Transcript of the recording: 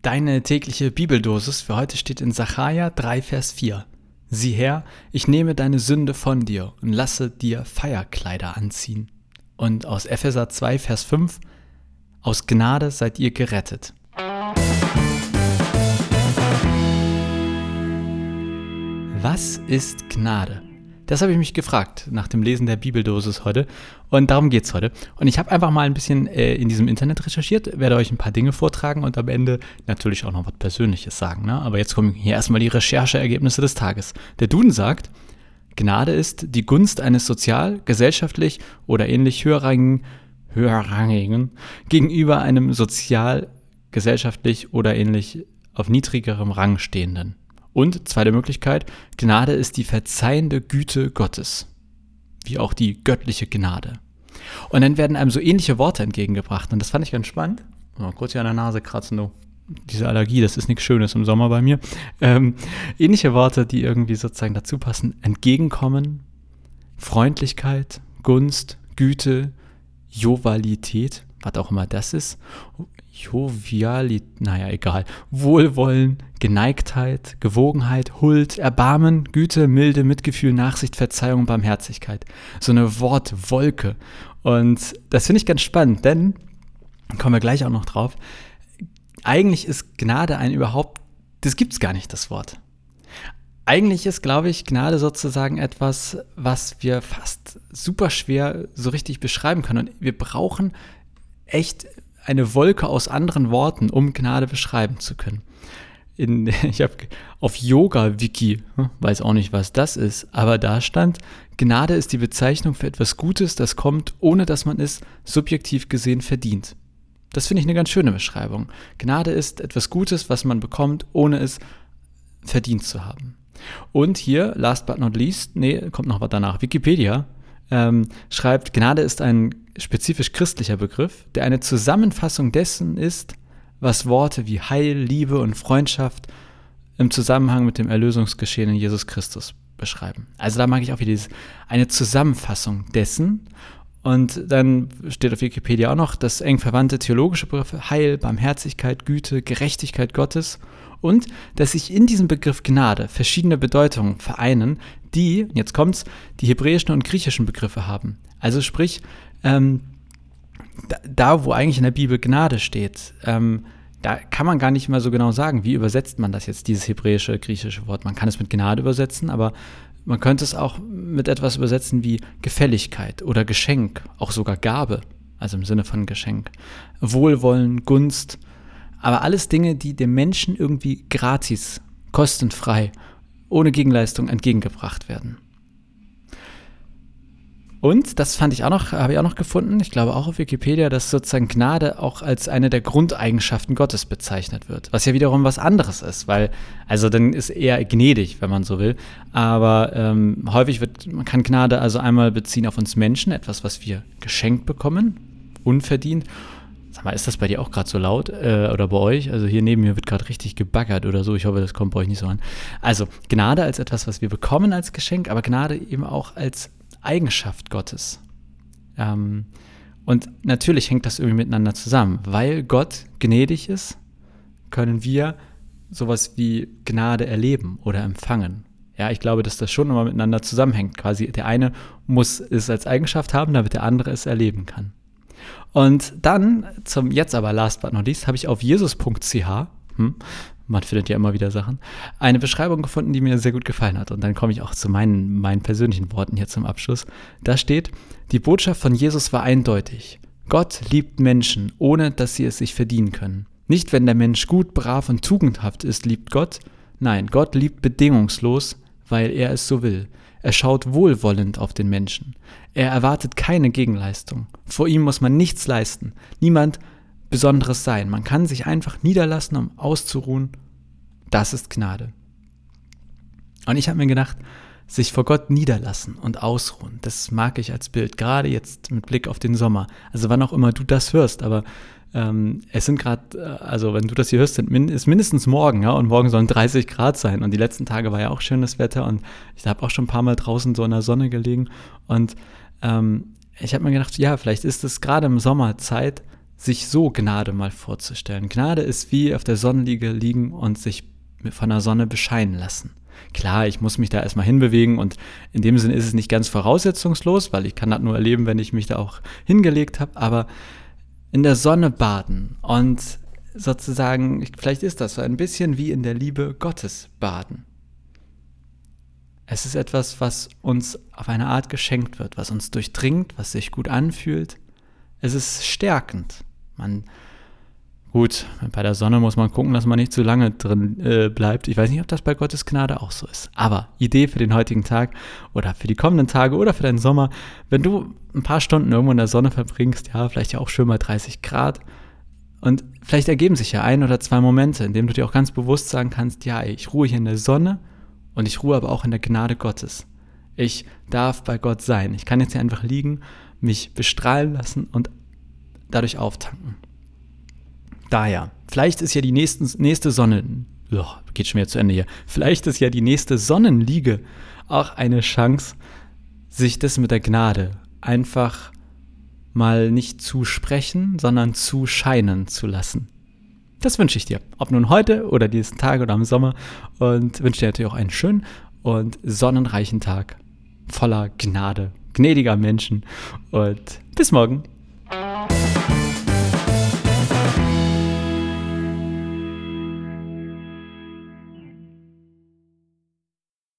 Deine tägliche Bibeldosis für heute steht in Sacharja 3, Vers 4. Sieh her, ich nehme deine Sünde von dir und lasse dir Feierkleider anziehen. Und aus Epheser 2, Vers 5, aus Gnade seid ihr gerettet. Was ist Gnade? Das habe ich mich gefragt nach dem Lesen der Bibeldosis heute und darum geht es heute. Und ich habe einfach mal ein bisschen in diesem Internet recherchiert, werde euch ein paar Dinge vortragen und am Ende natürlich auch noch was Persönliches sagen. Ne? Aber jetzt kommen hier erstmal die Rechercheergebnisse des Tages. Der Duden sagt, Gnade ist die Gunst eines sozial, gesellschaftlich oder ähnlich höherrangigen gegenüber einem sozial, gesellschaftlich oder ähnlich auf niedrigerem Rang stehenden. Und zweite Möglichkeit, Gnade ist die verzeihende Güte Gottes, wie auch die göttliche Gnade. Und dann werden einem so ähnliche Worte entgegengebracht und das fand ich ganz spannend. Mal kurz hier an der Nase kratzen, du. Diese Allergie, das ist nichts Schönes im Sommer bei mir. Ähnliche Worte, die irgendwie sozusagen dazu passen. Entgegenkommen, Freundlichkeit, Gunst, Güte, Jovialität, was auch immer das ist. Wohlwollen, Geneigtheit, Gewogenheit, Huld, Erbarmen, Güte, Milde, Mitgefühl, Nachsicht, Verzeihung, Barmherzigkeit. So eine Wortwolke. Und das finde ich ganz spannend, denn, kommen wir gleich auch noch drauf, eigentlich ist Gnade das gibt's gar nicht, das Wort. Eigentlich ist, glaube ich, Gnade sozusagen etwas, was wir fast super schwer so richtig beschreiben können. Und wir brauchen echt eine Wolke aus anderen Worten, um Gnade beschreiben zu können. Ich habe auf Yoga-Wiki, weiß auch nicht, was das ist, aber da stand, Gnade ist die Bezeichnung für etwas Gutes, das kommt, ohne dass man es subjektiv gesehen verdient. Das finde ich eine ganz schöne Beschreibung. Gnade ist etwas Gutes, was man bekommt, ohne es verdient zu haben. Und hier, last but not least, kommt noch was danach, Wikipedia schreibt, Gnade ist ein spezifisch christlicher Begriff, der eine Zusammenfassung dessen ist, was Worte wie Heil, Liebe und Freundschaft im Zusammenhang mit dem Erlösungsgeschehen in Jesus Christus beschreiben. Also da mag ich auch wieder eine Zusammenfassung dessen. Und dann steht auf Wikipedia auch noch, dass eng verwandte theologische Begriffe Heil, Barmherzigkeit, Güte, Gerechtigkeit Gottes und dass sich in diesem Begriff Gnade verschiedene Bedeutungen vereinen, die, jetzt kommt's, die hebräischen und griechischen Begriffe haben. Also sprich, da wo eigentlich in der Bibel Gnade steht, da kann man gar nicht mehr so genau sagen, wie übersetzt man das jetzt, dieses hebräische, griechische Wort. Man kann es mit Gnade übersetzen, aber man könnte es auch mit etwas übersetzen wie Gefälligkeit oder Geschenk, auch sogar Gabe, also im Sinne von Geschenk, Wohlwollen, Gunst, aber alles Dinge, die dem Menschen irgendwie gratis, kostenfrei, ohne Gegenleistung entgegengebracht werden. Und das habe ich auch noch gefunden, ich glaube auch auf Wikipedia, dass sozusagen Gnade auch als eine der Grundeigenschaften Gottes bezeichnet wird, was ja wiederum was anderes ist, weil, also dann ist eher gnädig, wenn man so will, aber häufig man kann Gnade also einmal beziehen auf uns Menschen, etwas, was wir geschenkt bekommen, unverdient. Sag mal, ist das bei dir auch gerade so laut oder bei euch? Also hier neben mir wird gerade richtig gebaggert oder so, ich hoffe, das kommt bei euch nicht so an. Also Gnade als etwas, was wir bekommen als Geschenk, aber Gnade eben auch als Eigenschaft Gottes. Und natürlich hängt das irgendwie miteinander zusammen. Weil Gott gnädig ist, können wir sowas wie Gnade erleben oder empfangen. Ja, ich glaube, dass das schon immer miteinander zusammenhängt. Quasi der eine muss es als Eigenschaft haben, damit der andere es erleben kann. Und dann, jetzt aber last but not least, habe ich auf jesus.ch, man findet ja immer wieder Sachen, eine Beschreibung gefunden, die mir sehr gut gefallen hat. Und dann komme ich auch zu meinen persönlichen Worten hier zum Abschluss. Da steht, die Botschaft von Jesus war eindeutig. Gott liebt Menschen, ohne dass sie es sich verdienen können. Nicht, wenn der Mensch gut, brav und tugendhaft ist, liebt Gott. Nein, Gott liebt bedingungslos, weil er es so will. Er schaut wohlwollend auf den Menschen. Er erwartet keine Gegenleistung. Vor ihm muss man nichts leisten. Niemand Besonderes sein. Man kann sich einfach niederlassen, um auszuruhen. Das ist Gnade. Und ich habe mir gedacht, sich vor Gott niederlassen und ausruhen, das mag ich als Bild, gerade jetzt mit Blick auf den Sommer. Also wann auch immer du das hörst, aber es sind gerade, also wenn du das hier hörst, ist mindestens morgen, ja, und morgen sollen 30 Grad sein und die letzten Tage war ja auch schönes Wetter und ich habe auch schon ein paar Mal draußen so in der Sonne gelegen und ich habe mir gedacht, ja, vielleicht ist es gerade im Sommer Zeit, sich so Gnade mal vorzustellen. Gnade ist wie auf der Sonnenliege liegen und sich von der Sonne bescheinen lassen. Klar, ich muss mich da erstmal hinbewegen und in dem Sinne ist es nicht ganz voraussetzungslos, weil ich kann das nur erleben, wenn ich mich da auch hingelegt habe, aber in der Sonne baden und sozusagen, vielleicht ist das so ein bisschen wie in der Liebe Gottes baden. Es ist etwas, was uns auf eine Art geschenkt wird, was uns durchdringt, was sich gut anfühlt. Es ist stärkend. Gut, bei der Sonne muss man gucken, dass man nicht zu lange drin bleibt. Ich weiß nicht, ob das bei Gottes Gnade auch so ist. Aber Idee für den heutigen Tag oder für die kommenden Tage oder für deinen Sommer, wenn du ein paar Stunden irgendwo in der Sonne verbringst, ja, vielleicht ja auch schön mal 30 Grad, und vielleicht ergeben sich ja 1 oder 2 Momente, in denen du dir auch ganz bewusst sagen kannst, ja, ich ruhe hier in der Sonne und ich ruhe aber auch in der Gnade Gottes. Ich darf bei Gott sein. Ich kann jetzt hier einfach liegen, mich bestrahlen lassen und dadurch auftanken. Daher, vielleicht ist ja die nächste geht schon wieder zu Ende hier, vielleicht ist ja die nächste Sonnenliege auch eine Chance, sich das mit der Gnade einfach mal nicht zu sprechen, sondern zu scheinen zu lassen. Das wünsche ich dir, ob nun heute oder diesen Tag oder im Sommer, und wünsche dir natürlich auch einen schönen und sonnenreichen Tag voller Gnade, gnädiger Menschen, und bis morgen.